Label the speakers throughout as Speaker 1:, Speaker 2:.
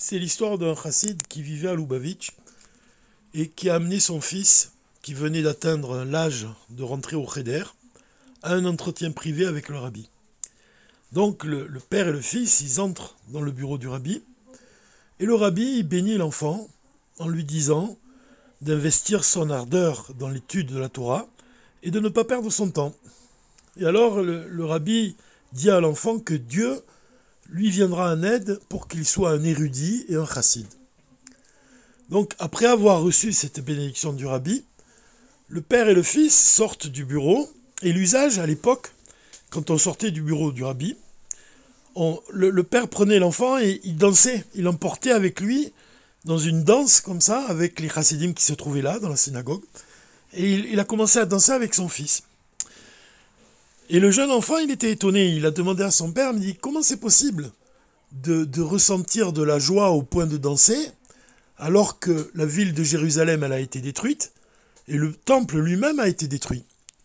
Speaker 1: C'est l'histoire d'un chassid qui vivait à Lubavitch et qui a amené son fils, qui venait d'atteindre l'âge de rentrer au cheder, à un entretien privé avec le rabbi. Donc le père et le fils, ils entrent dans le bureau du rabbi, et le rabbi il bénit l'enfant en lui disant d'investir son ardeur dans l'étude de la Torah et de ne pas perdre son temps. Et alors le rabbi dit à l'enfant que Dieu lui viendra en aide pour qu'il soit un érudit et un chassid. Donc après avoir reçu cette bénédiction du rabbi, le père et le fils sortent du bureau, et l'usage à l'époque, quand on sortait du bureau du rabbi, le père prenait l'enfant et il dansait, il l'emportait avec lui dans une danse comme ça, avec les chassidim qui se trouvaient là, dans la synagogue, et il a commencé à danser avec son fils. Et le jeune enfant, il était étonné, il a demandé à son père, il dit, comment c'est possible de ressentir de la joie au point de danser, alors que la ville de Jérusalem, elle a été détruite, et le temple lui-même a été détruit.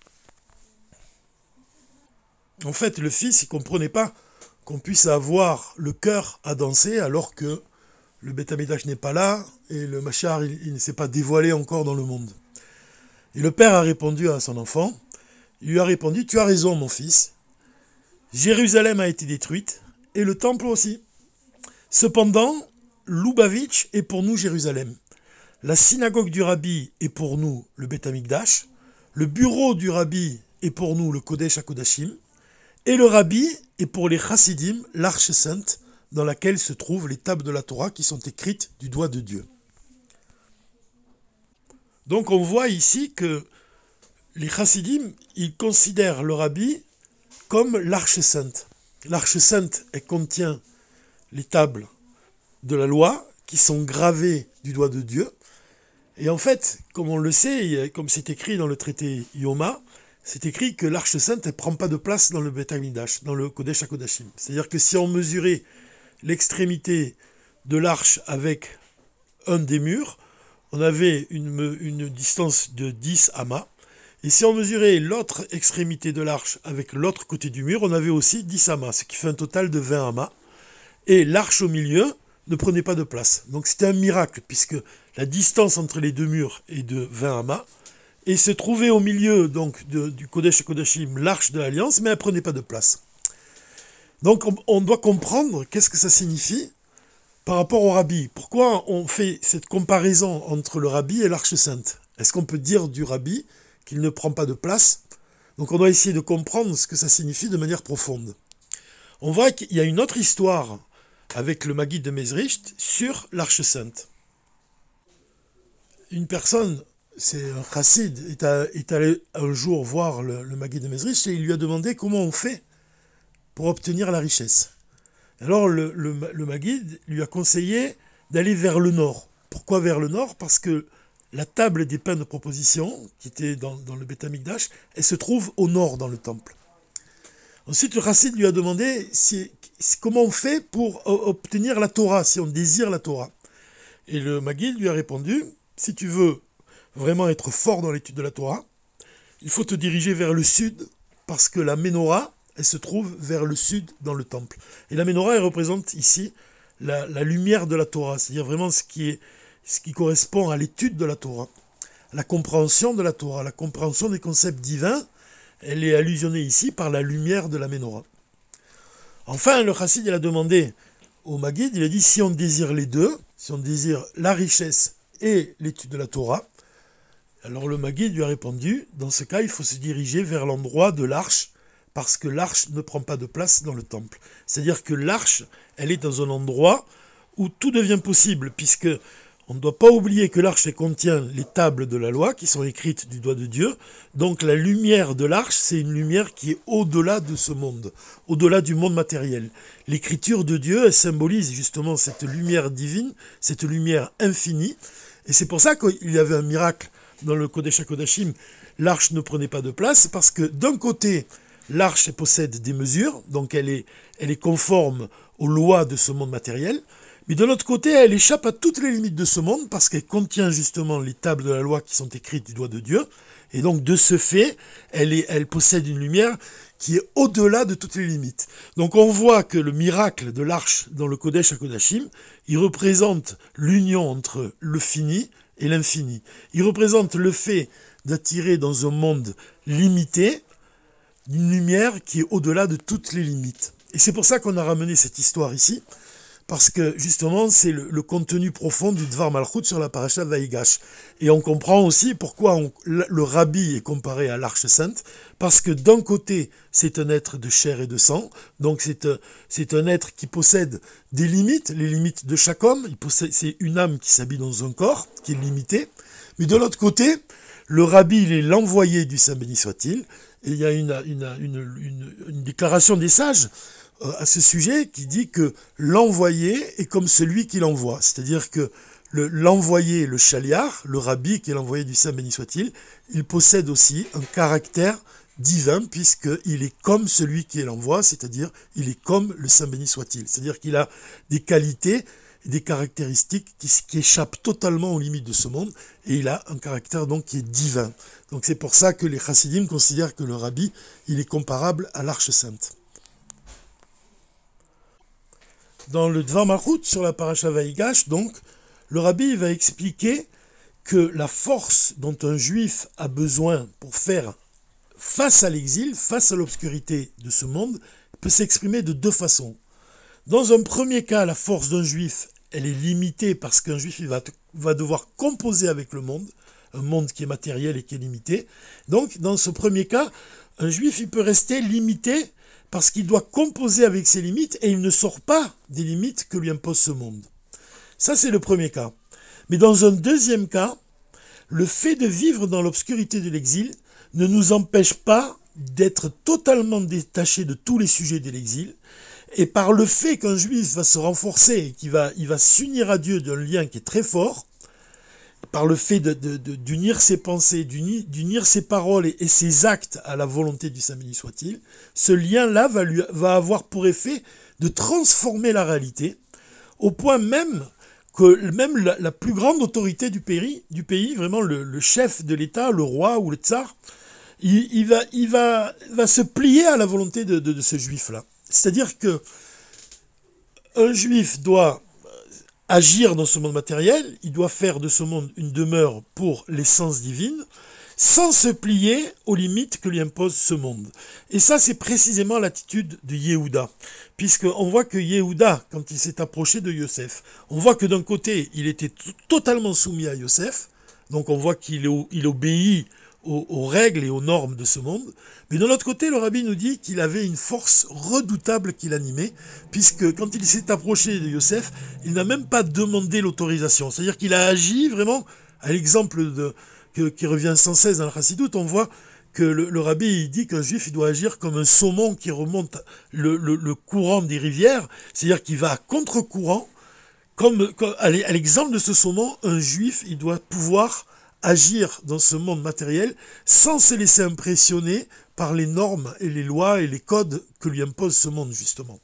Speaker 1: En fait, le fils, il ne comprenait pas qu'on puisse avoir le cœur à danser alors que le Beth Amikdash n'est pas là et le Machar, il ne s'est pas dévoilé encore dans le monde. Et le père a répondu à son enfant, il lui a répondu, tu as raison mon fils, Jérusalem a été détruite et le temple aussi. Cependant, Lubavitch est pour nous Jérusalem. La synagogue du rabbi est pour nous le Beth Amikdash, le bureau du rabbi est pour nous le Kodesh HaKodashim, et le rabbi est pour les chassidim l'arche sainte dans laquelle se trouvent les tables de la Torah qui sont écrites du doigt de Dieu. Donc on voit ici que les chassidim, ils considèrent le rabbi comme l'arche sainte. L'arche sainte, elle contient les tables de la loi qui sont gravées du doigt de Dieu. Et en fait, comme on le sait, comme c'est écrit dans le traité Yoma, c'est écrit que l'arche sainte, elle ne prend pas de place dans le Beth Amikdash, dans le Kodesh HaKodashim. C'est-à-dire que si on mesurait l'extrémité de l'arche avec un des murs, on avait une distance de 10 amas. Et si on mesurait l'autre extrémité de l'arche avec l'autre côté du mur, on avait aussi 10 amas, ce qui fait un total de 20 amas. Et l'arche au milieu ne prenait pas de place. Donc c'était un miracle, puisque la distance entre les deux murs est de 20 amas, et se trouvait au milieu donc du Kodesh Kodashim, l'arche de l'Alliance, mais elle ne prenait pas de place. Donc on doit comprendre qu'est-ce que ça signifie par rapport au rabbi. Pourquoi on fait cette comparaison entre le rabbi et l'arche sainte? Est-ce qu'on peut dire du rabbi qu'il ne prend pas de place? Donc on doit essayer de comprendre ce que ça signifie de manière profonde. On voit qu'il y a une autre histoire avec le Maguid de Mezricht sur l'arche sainte. Une personne, c'est un chassid, est allé un jour voir le Maguid de Mezricht et il lui a demandé comment on fait pour obtenir la richesse. Alors le Maguid lui a conseillé d'aller vers le nord. Pourquoi vers le nord? Parce que la table des pains de proposition, qui était dans le Beth Amikdash, elle se trouve au nord dans le temple. Ensuite, le chassid lui a demandé comment on fait pour obtenir la Torah, si on désire la Torah. Et le Maguid lui a répondu, si tu veux vraiment être fort dans l'étude de la Torah, il faut te diriger vers le sud, parce que la Ménorah, elle se trouve vers le sud dans le temple. Et la Ménorah, elle représente ici la lumière de la Torah, c'est-à-dire vraiment ce qui correspond à l'étude de la Torah, la compréhension de la Torah, la compréhension des concepts divins, elle est allusionnée ici par la lumière de la Ménorah. Enfin, le chassid, il a demandé au Maguid, il a dit, si on désire les deux, si on désire la richesse et l'étude de la Torah, alors le Maguid lui a répondu, dans ce cas, il faut se diriger vers l'endroit de l'arche, parce que l'arche ne prend pas de place dans le temple. C'est-à-dire que l'arche, elle est dans un endroit où tout devient possible, puisque on ne doit pas oublier que l'arche contient les tables de la loi qui sont écrites du doigt de Dieu. Donc la lumière de l'arche, c'est une lumière qui est au-delà de ce monde, au-delà du monde matériel. L'écriture de Dieu, elle symbolise justement cette lumière divine, cette lumière infinie. Et c'est pour ça qu'il y avait un miracle dans le Kodesh HaKodashim. L'arche ne prenait pas de place parce que d'un côté, l'arche possède des mesures, donc elle est conforme aux lois de ce monde matériel. Mais de l'autre côté, elle échappe à toutes les limites de ce monde parce qu'elle contient justement les tables de la loi qui sont écrites du doigt de Dieu. Et donc, de ce fait, elle possède une lumière qui est au-delà de toutes les limites. Donc on voit que le miracle de l'arche dans le Kodesh HaKodashim, il représente l'union entre le fini et l'infini. Il représente le fait d'attirer dans un monde limité une lumière qui est au-delà de toutes les limites. Et c'est pour ça qu'on a ramené cette histoire ici, parce que justement c'est le contenu profond du Dvar Malchut sur la paracha Vaïgash. Et on comprend aussi pourquoi le Rabbi est comparé à l'Arche Sainte, parce que d'un côté c'est un être de chair et de sang, donc c'est un être qui possède des limites, les limites de chaque homme, c'est une âme qui s'habille dans un corps, qui est limitée, mais de l'autre côté, le Rabbi il est l'envoyé du Saint béni soit-il, et il y a une déclaration des sages à ce sujet qui dit que l'envoyé est comme celui qui l'envoie. C'est-à-dire que l'envoyé, le chaliar, le rabbi qui est l'envoyé du Saint béni soit-il, il possède aussi un caractère divin puisqu'il est comme celui qui l'envoie, c'est-à-dire il est comme le Saint béni soit-il. C'est-à-dire qu'il a des qualités et des caractéristiques qui échappent totalement aux limites de ce monde et il a un caractère donc qui est divin. Donc c'est pour ça que les chassidim considèrent que le rabbi, il est comparable à l'Arche Sainte. Dans le Dvar Malchut sur la paracha Vaïgash, donc, le rabbi va expliquer que la force dont un juif a besoin pour faire face à l'exil, face à l'obscurité de ce monde, peut s'exprimer de deux façons. Dans un premier cas, la force d'un juif, elle est limitée parce qu'un juif il va devoir composer avec le monde, un monde qui est matériel et qui est limité. Donc, dans ce premier cas, un juif il peut rester limité parce qu'il doit composer avec ses limites et il ne sort pas des limites que lui impose ce monde. Ça, c'est le premier cas. Mais dans un deuxième cas, le fait de vivre dans l'obscurité de l'exil ne nous empêche pas d'être totalement détaché de tous les sujets de l'exil. Et par le fait qu'un juif va se renforcer, il va s'unir à Dieu d'un lien qui est très fort, par le fait d'unir ses pensées, d'unir ses paroles et ses actes à la volonté du Saint béni soit-il, ce lien-là va avoir pour effet de transformer la réalité, au point même que même la plus grande autorité du pays vraiment le chef de l'État, le roi ou le tsar, il va se plier à la volonté de ce juif-là. C'est-à-dire que un juif doit agir dans ce monde matériel, il doit faire de ce monde une demeure pour l'essence divine, sans se plier aux limites que lui impose ce monde. Et ça, c'est précisément l'attitude de Yehuda, puisqu'on voit que Yehuda, quand il s'est approché de Yosef, on voit que d'un côté, il était totalement soumis à Yosef, donc on voit qu'il obéit aux règles et aux normes de ce monde. Mais de l'autre côté, le rabbi nous dit qu'il avait une force redoutable qui l'animait, puisque quand il s'est approché de Yosef, il n'a même pas demandé l'autorisation. C'est-à-dire qu'il a agi vraiment, à l'exemple qui revient sans cesse dans la Chassidoute, on voit que le rabbi il dit qu'un juif il doit agir comme un saumon qui remonte le courant des rivières, c'est-à-dire qu'il va à contre-courant. Comme à l'exemple de ce saumon, un juif il doit pouvoir agir dans ce monde matériel sans se laisser impressionner par les normes et les lois et les codes que lui impose ce monde, justement.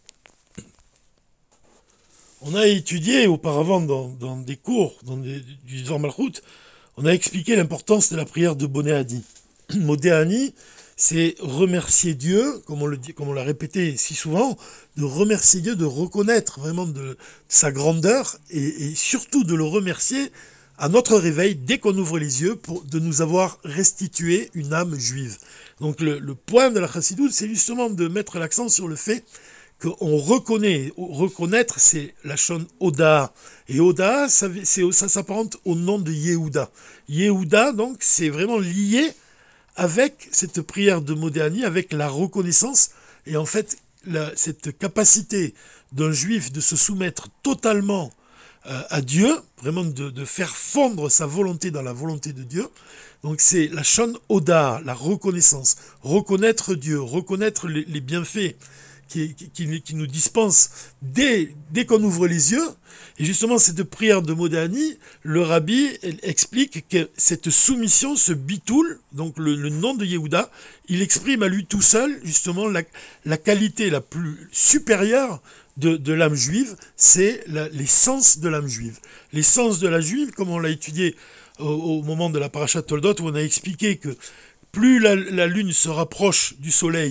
Speaker 1: On a étudié auparavant dans des cours du Dvar Malchut, on a expliqué l'importance de la prière de Modéani. Modéani, c'est remercier Dieu, comme on l'a répété si souvent, de remercier Dieu, de reconnaître vraiment de sa grandeur et surtout de le remercier à notre réveil, dès qu'on ouvre les yeux, de nous avoir restitué une âme juive. Donc le point de la Chassidoute, c'est justement de mettre l'accent sur le fait qu'on reconnaître, c'est la shon Oda. Et Oda, ça s'apparente au nom de Yehuda. Yehuda, donc, c'est vraiment lié avec cette prière de Modéani, avec la reconnaissance, et en fait, cette capacité d'un juif de se soumettre totalement à Dieu, vraiment de faire fondre sa volonté dans la volonté de Dieu. Donc c'est la shon Oda, la reconnaissance, reconnaître Dieu, reconnaître les bienfaits qui nous dispense dès qu'on ouvre les yeux. Et justement, cette prière de Modéani, le rabbi explique que cette soumission, ce bitoul, donc le nom de Yehuda, il exprime à lui tout seul, justement, la qualité la plus supérieure de l'âme juive, c'est l'essence de l'âme juive. L'essence de la juive, comme on l'a étudié au moment de la parashat Toldot, où on a expliqué que plus la lune se rapproche du soleil,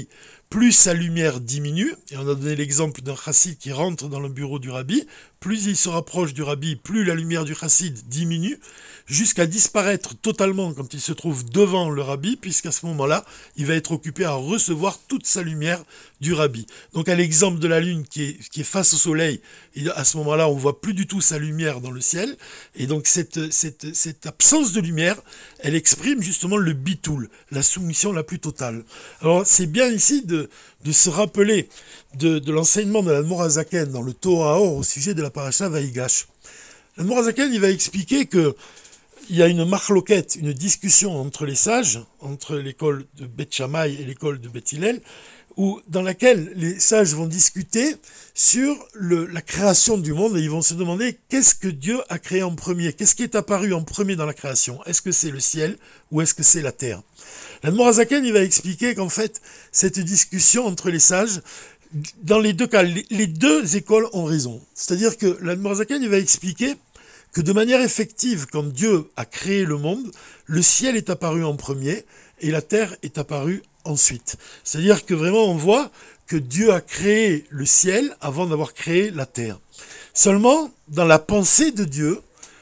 Speaker 1: plus sa lumière diminue, et on a donné l'exemple d'un chassid qui rentre dans le bureau du rabbi, plus il se rapproche du rabbi, plus la lumière du chassid diminue, jusqu'à disparaître totalement quand il se trouve devant le rabbi, puisqu'à ce moment-là, il va être occupé à recevoir toute sa lumière du rabbi. Donc à l'exemple de la lune qui est face au soleil, à ce moment-là, on voit plus du tout sa lumière dans le ciel, et donc cette absence de lumière, elle exprime justement le bitoul, la soumission la plus totale. Alors c'est bien ici de se rappeler de l'enseignement de l'Admor HaZaken dans le Torah Or au sujet de la paracha Vaïgash. L'Admor HaZaken, il va expliquer que il y a une marloquette, une discussion entre les sages, entre l'école de Beth Shammai et l'école de Beth Hillel, dans laquelle les sages vont discuter sur la création du monde et ils vont se demander qu'est-ce que Dieu a créé en premier, qu'est-ce qui est apparu en premier dans la création, est-ce que c'est le ciel ou est-ce que c'est la terre. L'Admor HaZaken, il va expliquer qu'en fait, cette discussion entre les sages, dans les deux cas, les deux écoles ont raison. C'est-à-dire que l'Admor HaZaken, il va expliquer que de manière effective, quand Dieu a créé le monde, le ciel est apparu en premier et la terre est apparue ensuite. C'est-à-dire que vraiment on voit que Dieu a créé le ciel avant d'avoir créé la terre. Seulement, dans la pensée de Dieu,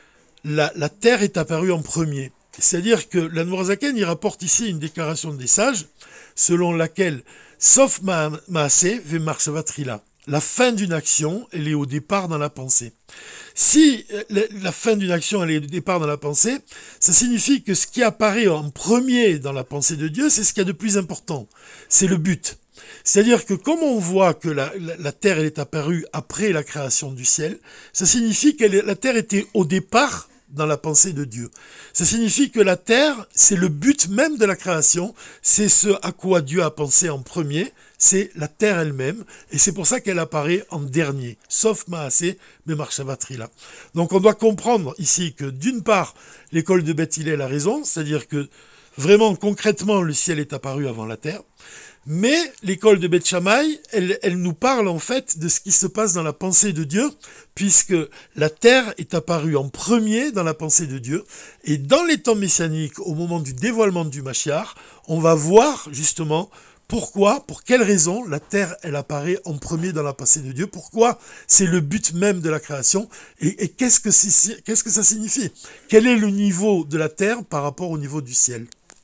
Speaker 1: la terre est apparue en premier. C'est-à-dire que l'Admor HaZaken, il rapporte ici une déclaration des sages, selon laquelle, sauf Maaseh ve'Machshava Trila, la fin d'une action, elle est au départ dans la pensée. Si la fin d'une action, elle est au départ dans la pensée, ça signifie que ce qui apparaît en premier dans la pensée de Dieu, c'est ce qu'il y a de plus important. C'est le but. C'est-à-dire que comme on voit que la terre, elle est apparue après la création du ciel, ça signifie que la terre était au départ dans la pensée de Dieu. Ça signifie que la terre, c'est le but même de la création, c'est ce à quoi Dieu a pensé en premier, c'est la terre elle-même, et c'est pour ça qu'elle apparaît en dernier, sauf Maaseh ve'Machshava Trila. Donc on doit comprendre ici que d'une part, l'école de Beth Hillel a raison, c'est-à-dire que vraiment concrètement le ciel est apparu avant la terre, mais l'école de Beth Shammai, elle nous parle en fait de ce qui se passe dans la pensée de Dieu, puisque la terre est apparue en premier dans la pensée de Dieu, et dans les temps messianiques, au moment du dévoilement du Mashiach, on va voir justement pourquoi, pour quelle raison la terre, elle apparaît en premier dans la pensée de Dieu, pourquoi c'est le but même de la création, et qu'est-ce que ça signifie? Quel est le niveau de la terre par rapport au niveau du ciel?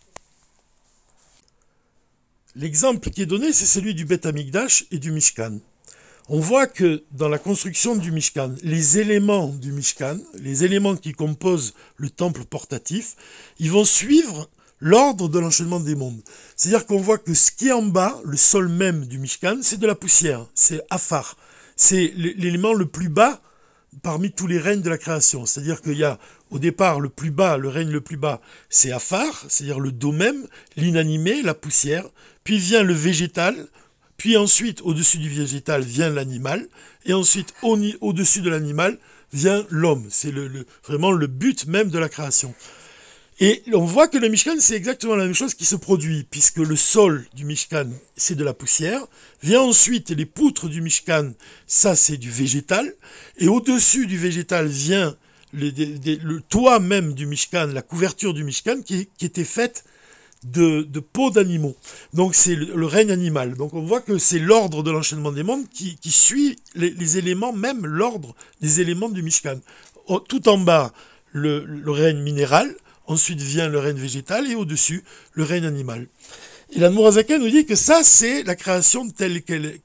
Speaker 1: L'exemple qui est donné, c'est celui du Beth Amikdash et du Mishkan. On voit que dans la construction du Mishkan, les éléments du Mishkan, les éléments qui composent le temple portatif, ils vont suivre l'ordre de l'enchaînement des mondes. C'est-à-dire qu'on voit que ce qui est en bas, le sol même du Mishkan, c'est de la poussière, c'est Afar. C'est l'élément le plus bas parmi tous les règnes de la création. C'est-à-dire qu'il y a au départ le plus bas, le règne le plus bas, c'est Afar, c'est-à-dire le dos même, l'inanimé, la poussière, puis vient le végétal, puis ensuite au-dessus du végétal vient l'animal, et ensuite au-dessus de l'animal vient l'homme. C'est vraiment le but même de la création. Et on voit que le Mishkan, c'est exactement la même chose qui se produit, puisque le sol du Mishkan, c'est de la poussière, vient ensuite les poutres du Mishkan, ça c'est du végétal, et au-dessus du végétal vient le toit même du Mishkan, la couverture du Mishkan, qui était faite de peaux d'animaux. Donc c'est le règne animal. Donc on voit que c'est l'ordre de l'enchaînement des mondes qui suit les éléments, même l'ordre des éléments du Mishkan. Tout en bas, le règne minéral, ensuite vient le règne végétal et au-dessus, le règne animal. Et l'Admor HaZaken nous dit que ça, c'est la création telle qu'elle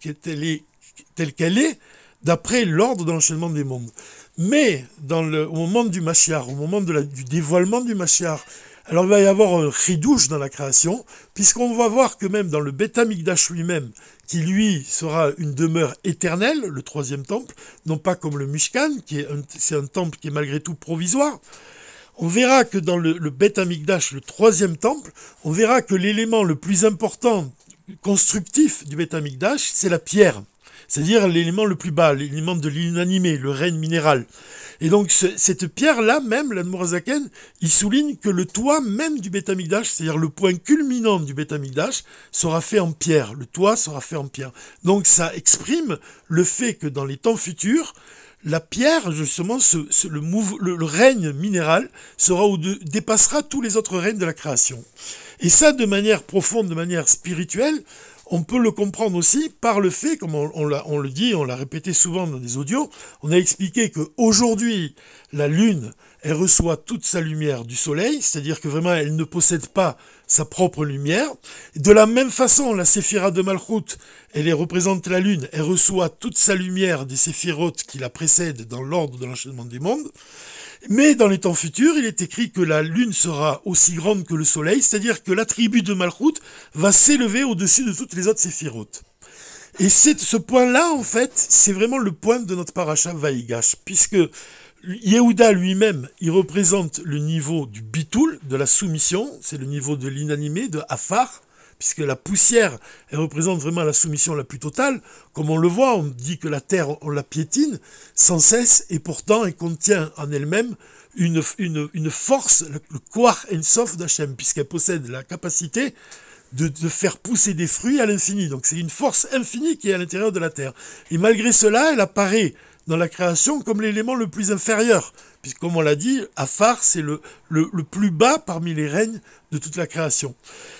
Speaker 1: est, d'après l'ordre de l'enchaînement des mondes. Mais au moment du Mashiach, au moment du dévoilement du Mashiach, alors il va y avoir un chidouche dans la création, puisqu'on va voir que même dans le Beth Amikdash lui-même, qui lui sera une demeure éternelle, le troisième temple, non pas comme le Mishkan, c'est un temple qui est malgré tout provisoire. On verra que dans le Beth Amikdash, le troisième temple, on verra que l'élément le plus important, constructif du Beth Amikdash, c'est la pierre. C'est-à-dire l'élément le plus bas, l'élément de l'inanimé, le règne minéral. Et donc cette pierre-là, même, l'Admor HaZaken, il souligne que le toit même du Beth Amikdash, c'est-à-dire le point culminant du Beth Amikdash, sera fait en pierre. Le toit sera fait en pierre. Donc ça exprime le fait que dans les temps futurs, la pierre, justement, le règne minéral dépassera tous les autres règnes de la création. Et ça, de manière profonde, de manière spirituelle, on peut le comprendre aussi par le fait, comme on le dit, on l'a répété souvent dans des audios, on a expliqué qu'aujourd'hui, la Lune, elle reçoit toute sa lumière du Soleil, c'est-à-dire que vraiment, elle ne possède pas sa propre lumière. De la même façon, la séphira de Malchut, elle représente la Lune, elle reçoit toute sa lumière des séphirotes qui la précèdent dans l'ordre de l'enchaînement des mondes. Mais dans les temps futurs, il est écrit que la Lune sera aussi grande que le Soleil, c'est-à-dire que l'attribut de Malchut va s'élever au-dessus de toutes les autres séphirotes. Et ce point-là, en fait, c'est vraiment le point de notre paracha Vaïgash, puisque Yehuda lui-même, il représente le niveau du bitoul, de la soumission, c'est le niveau de l'inanimé, de Afar, puisque la poussière, elle représente vraiment la soumission la plus totale. Comme on le voit, on dit que la terre, on la piétine sans cesse, et pourtant, elle contient en elle-même une force, le Koach Ensof d'Hachem, puisqu'elle possède la capacité de faire pousser des fruits à l'infini. Donc c'est une force infinie qui est à l'intérieur de la terre. Et malgré cela, elle apparaît dans la création comme l'élément le plus inférieur. Puisque, comme on l'a dit, Afar, c'est le plus bas parmi les règnes de toute la création.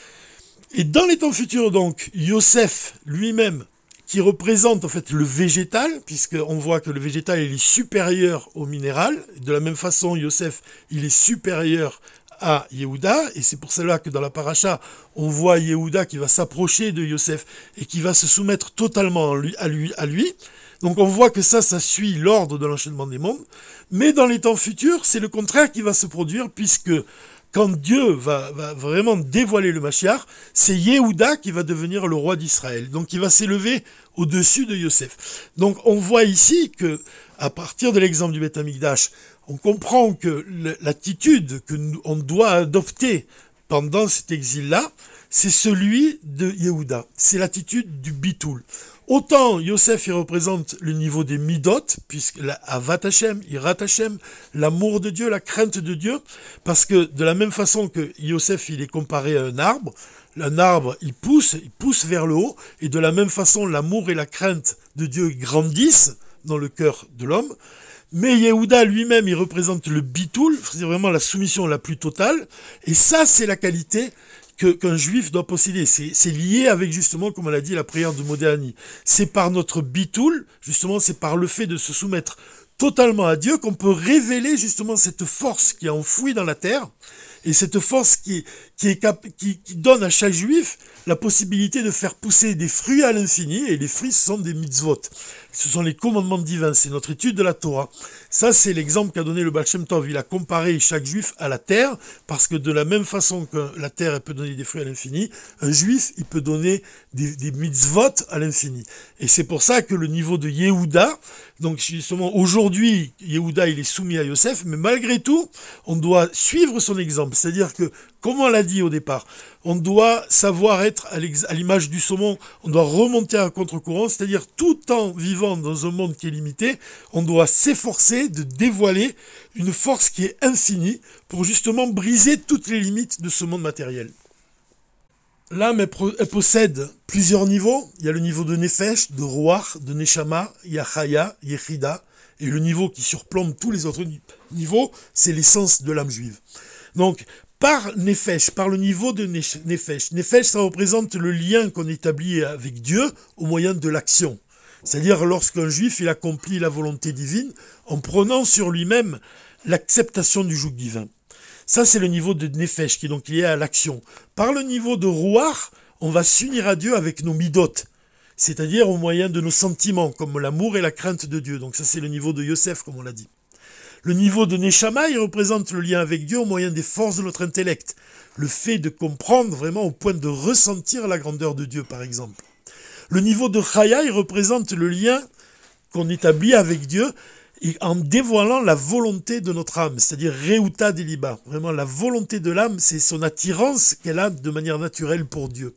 Speaker 1: Et dans les temps futurs, donc, Yosef lui-même, qui représente en fait le végétal, puisqu'on voit que le végétal il est supérieur au minéral. De la même façon, Yosef, il est supérieur à Yehuda, et c'est pour cela que dans la paracha, on voit Yehuda qui va s'approcher de Yosef et qui va se soumettre totalement à lui. Donc on voit que ça suit l'ordre de l'enchaînement des mondes. Mais dans les temps futurs, c'est le contraire qui va se produire, puisque quand Dieu va vraiment dévoiler le Mashiach, c'est Yehuda qui va devenir le roi d'Israël. Donc il va s'élever au-dessus de Yosef. Donc on voit ici que, à partir de l'exemple du Beth Amikdash, on comprend que l'attitude qu'on doit adopter pendant cet exil-là, c'est celui de Yehuda. C'est l'attitude du bitoul. Autant Yosef, il représente le niveau des midot, puisque Avat Hashem, Irat Hashem, l'amour de Dieu, la crainte de Dieu, parce que de la même façon que Yosef, il est comparé à un arbre, il pousse vers le haut, et de la même façon, l'amour et la crainte de Dieu grandissent dans le cœur de l'homme. Mais Yehuda lui-même, il représente le bitoul, c'est vraiment la soumission la plus totale, et ça, c'est la qualité qu'un juif doit posséder. C'est lié avec, justement, comme on l'a dit, la prière de Modéani. C'est par notre bitoul, justement, c'est par le fait de se soumettre totalement à Dieu qu'on peut révéler, justement, cette force qui est enfouie dans la terre, et cette force qui donne à chaque juif la possibilité de faire pousser des fruits à l'infini, et les fruits, ce sont des mitzvot. Ce sont les commandements divins, c'est notre étude de la Torah. Ça, c'est l'exemple qu'a donné le Baal Shem Tov. Il a comparé chaque juif à la terre, parce que de la même façon que la terre elle peut donner des fruits à l'infini, un juif, il peut donner des mitzvot à l'infini. Et c'est pour ça que le niveau de Yehuda, donc justement, aujourd'hui, Yehuda, il est soumis à Yosef, mais malgré tout, on doit suivre son exemple. C'est-à-dire que, comme on l'a dit au départ, on doit savoir être à l'image du saumon, on doit remonter à contre-courant, c'est-à-dire tout en vivant dans un monde qui est limité, on doit s'efforcer de dévoiler une force qui est infinie pour justement briser toutes les limites de ce monde matériel. L'âme, elle possède plusieurs niveaux. Il y a le niveau de Nefesh, de Ruach, de Neshama, il y a Chaya, Yechida, et le niveau qui surplombe tous les autres niveaux, c'est l'essence de l'âme juive. Donc, par Nefesh, par le niveau de Nefesh. Nefesh, ça représente le lien qu'on établit avec Dieu au moyen de l'action. C'est-à-dire lorsqu'un juif, il accomplit la volonté divine en prenant sur lui-même l'acceptation du joug divin. Ça, c'est le niveau de Nefesh, qui est donc lié à l'action. Par le niveau de Ruach, on va s'unir à Dieu avec nos midot, c'est-à-dire au moyen de nos sentiments, comme l'amour et la crainte de Dieu. Donc ça, c'est le niveau de Yosef, comme on l'a dit. Le niveau de Neshama, il représente le lien avec Dieu au moyen des forces de notre intellect. Le fait de comprendre vraiment au point de ressentir la grandeur de Dieu, par exemple. Le niveau de Chaya, il représente le lien qu'on établit avec Dieu en dévoilant la volonté de notre âme, c'est-à-dire Reuta Deliba. Vraiment, la volonté de l'âme, c'est son attirance qu'elle a de manière naturelle pour Dieu.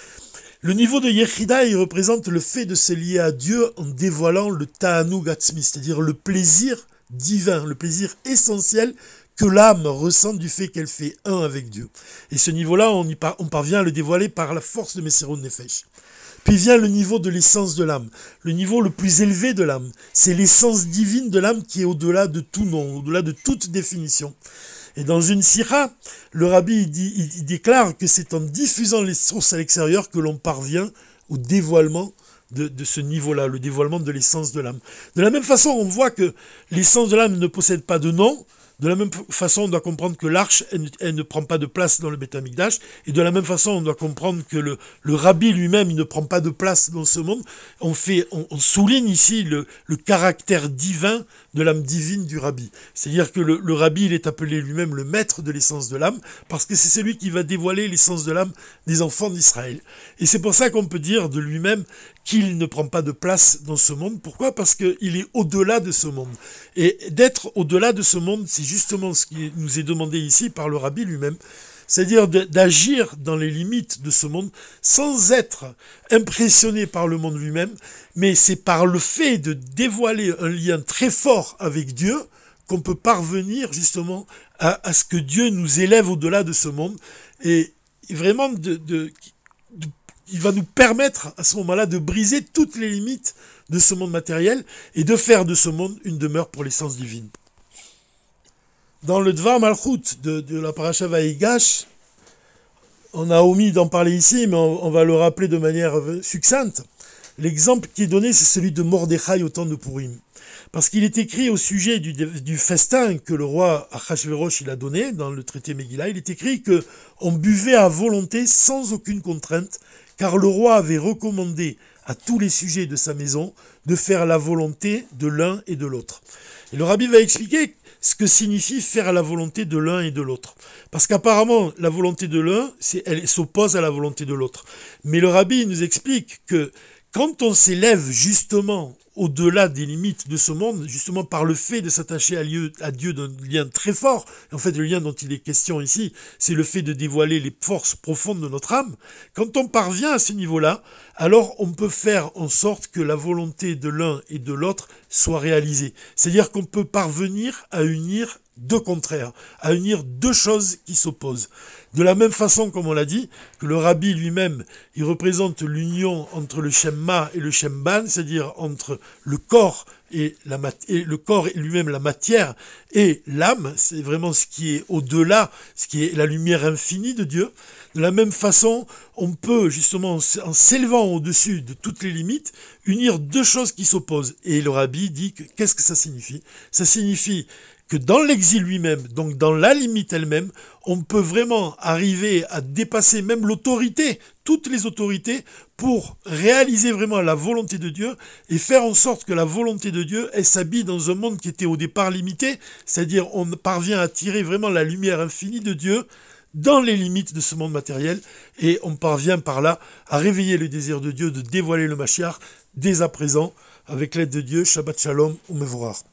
Speaker 1: Le niveau de Yechida, il représente le fait de se lier à Dieu en dévoilant le Ta'anug Atzmi, c'est-à-dire le plaisir divin, le plaisir essentiel que l'âme ressent du fait qu'elle fait un avec Dieu. Et ce niveau-là, on parvient à le dévoiler par la force de Messirut Nefesh. Puis vient le niveau de l'essence de l'âme, le niveau le plus élevé de l'âme. C'est l'essence divine de l'âme qui est au-delà de tout nom, au-delà de toute définition. Et dans une sira, le rabbi il déclare que c'est en diffusant les sources à l'extérieur que l'on parvient au dévoilement de ce niveau-là, le dévoilement de l'essence de l'âme. De la même façon, on voit que l'essence de l'âme ne possède pas de nom. De la même façon, on doit comprendre que l'arche, elle ne prend pas de place dans le Beth Amikdash. Et de la même façon, on doit comprendre que le rabbi lui-même, il ne prend pas de place dans ce monde. On souligne ici le caractère divin de l'âme divine du rabbi. C'est-à-dire que le rabbi, il est appelé lui-même le maître de l'essence de l'âme, parce que c'est celui qui va dévoiler l'essence de l'âme des enfants d'Israël. Et c'est pour ça qu'on peut dire de lui-même qu'il ne prend pas de place dans ce monde. Pourquoi ? Parce qu'il est au-delà de ce monde. Et d'être au-delà de ce monde, c'est justement ce qui nous est demandé ici par le rabbi lui-même, c'est-à-dire d'agir dans les limites de ce monde sans être impressionné par le monde lui-même, mais c'est par le fait de dévoiler un lien très fort avec Dieu qu'on peut parvenir justement à ce que Dieu nous élève au-delà de ce monde, et vraiment il va nous permettre à ce moment-là de briser toutes les limites de ce monde matériel et de faire de ce monde une demeure pour l'essence divine. Dans le Dvar Malchut de la Parasha Vaïgash, on a omis d'en parler ici, mais on va le rappeler de manière succincte. L'exemple qui est donné, c'est celui de Mordechai au temps de Purim. Parce qu'il est écrit au sujet du festin que le roi Achashverosh il a donné dans le traité Megillah, il est écrit qu'on buvait à volonté sans aucune contrainte, car le roi avait recommandé à tous les sujets de sa maison de faire la volonté de l'un et de l'autre. Et le rabbi va expliquer ce que signifie faire la volonté de l'un et de l'autre. Parce qu'apparemment, la volonté de l'un, elle s'oppose à la volonté de l'autre. Mais le rabbi nous explique que quand on s'élève justement au-delà des limites de ce monde, justement par le fait de s'attacher à Dieu d'un lien très fort, en fait le lien dont il est question ici, c'est le fait de dévoiler les forces profondes de notre âme, quand on parvient à ce niveau-là, alors on peut faire en sorte que la volonté de l'un et de l'autre soit réalisée. C'est-à-dire qu'on peut parvenir à unir deux contraires, à unir deux choses qui s'opposent. De la même façon, comme on l'a dit, que le rabbi lui-même, il représente l'union entre le Shemma et le Shemban, c'est-à-dire entre le corps et le corps et lui-même la matière et l'âme, c'est vraiment ce qui est au-delà, ce qui est la lumière infinie de Dieu. De la même façon, on peut justement, en s'élevant au-dessus de toutes les limites, unir deux choses qui s'opposent. Et le rabbi dit qu'est-ce que ça signifie ? Ça signifie que dans l'exil lui-même, donc dans la limite elle-même, on peut vraiment arriver à dépasser même l'autorité, toutes les autorités, pour réaliser vraiment la volonté de Dieu et faire en sorte que la volonté de Dieu, elle s'habille dans un monde qui était au départ limité, c'est-à-dire on parvient à tirer vraiment la lumière infinie de Dieu dans les limites de ce monde matériel, et on parvient par là à réveiller le désir de Dieu de dévoiler le Mashiach dès à présent, avec l'aide de Dieu. Shabbat Shalom, Umevorach.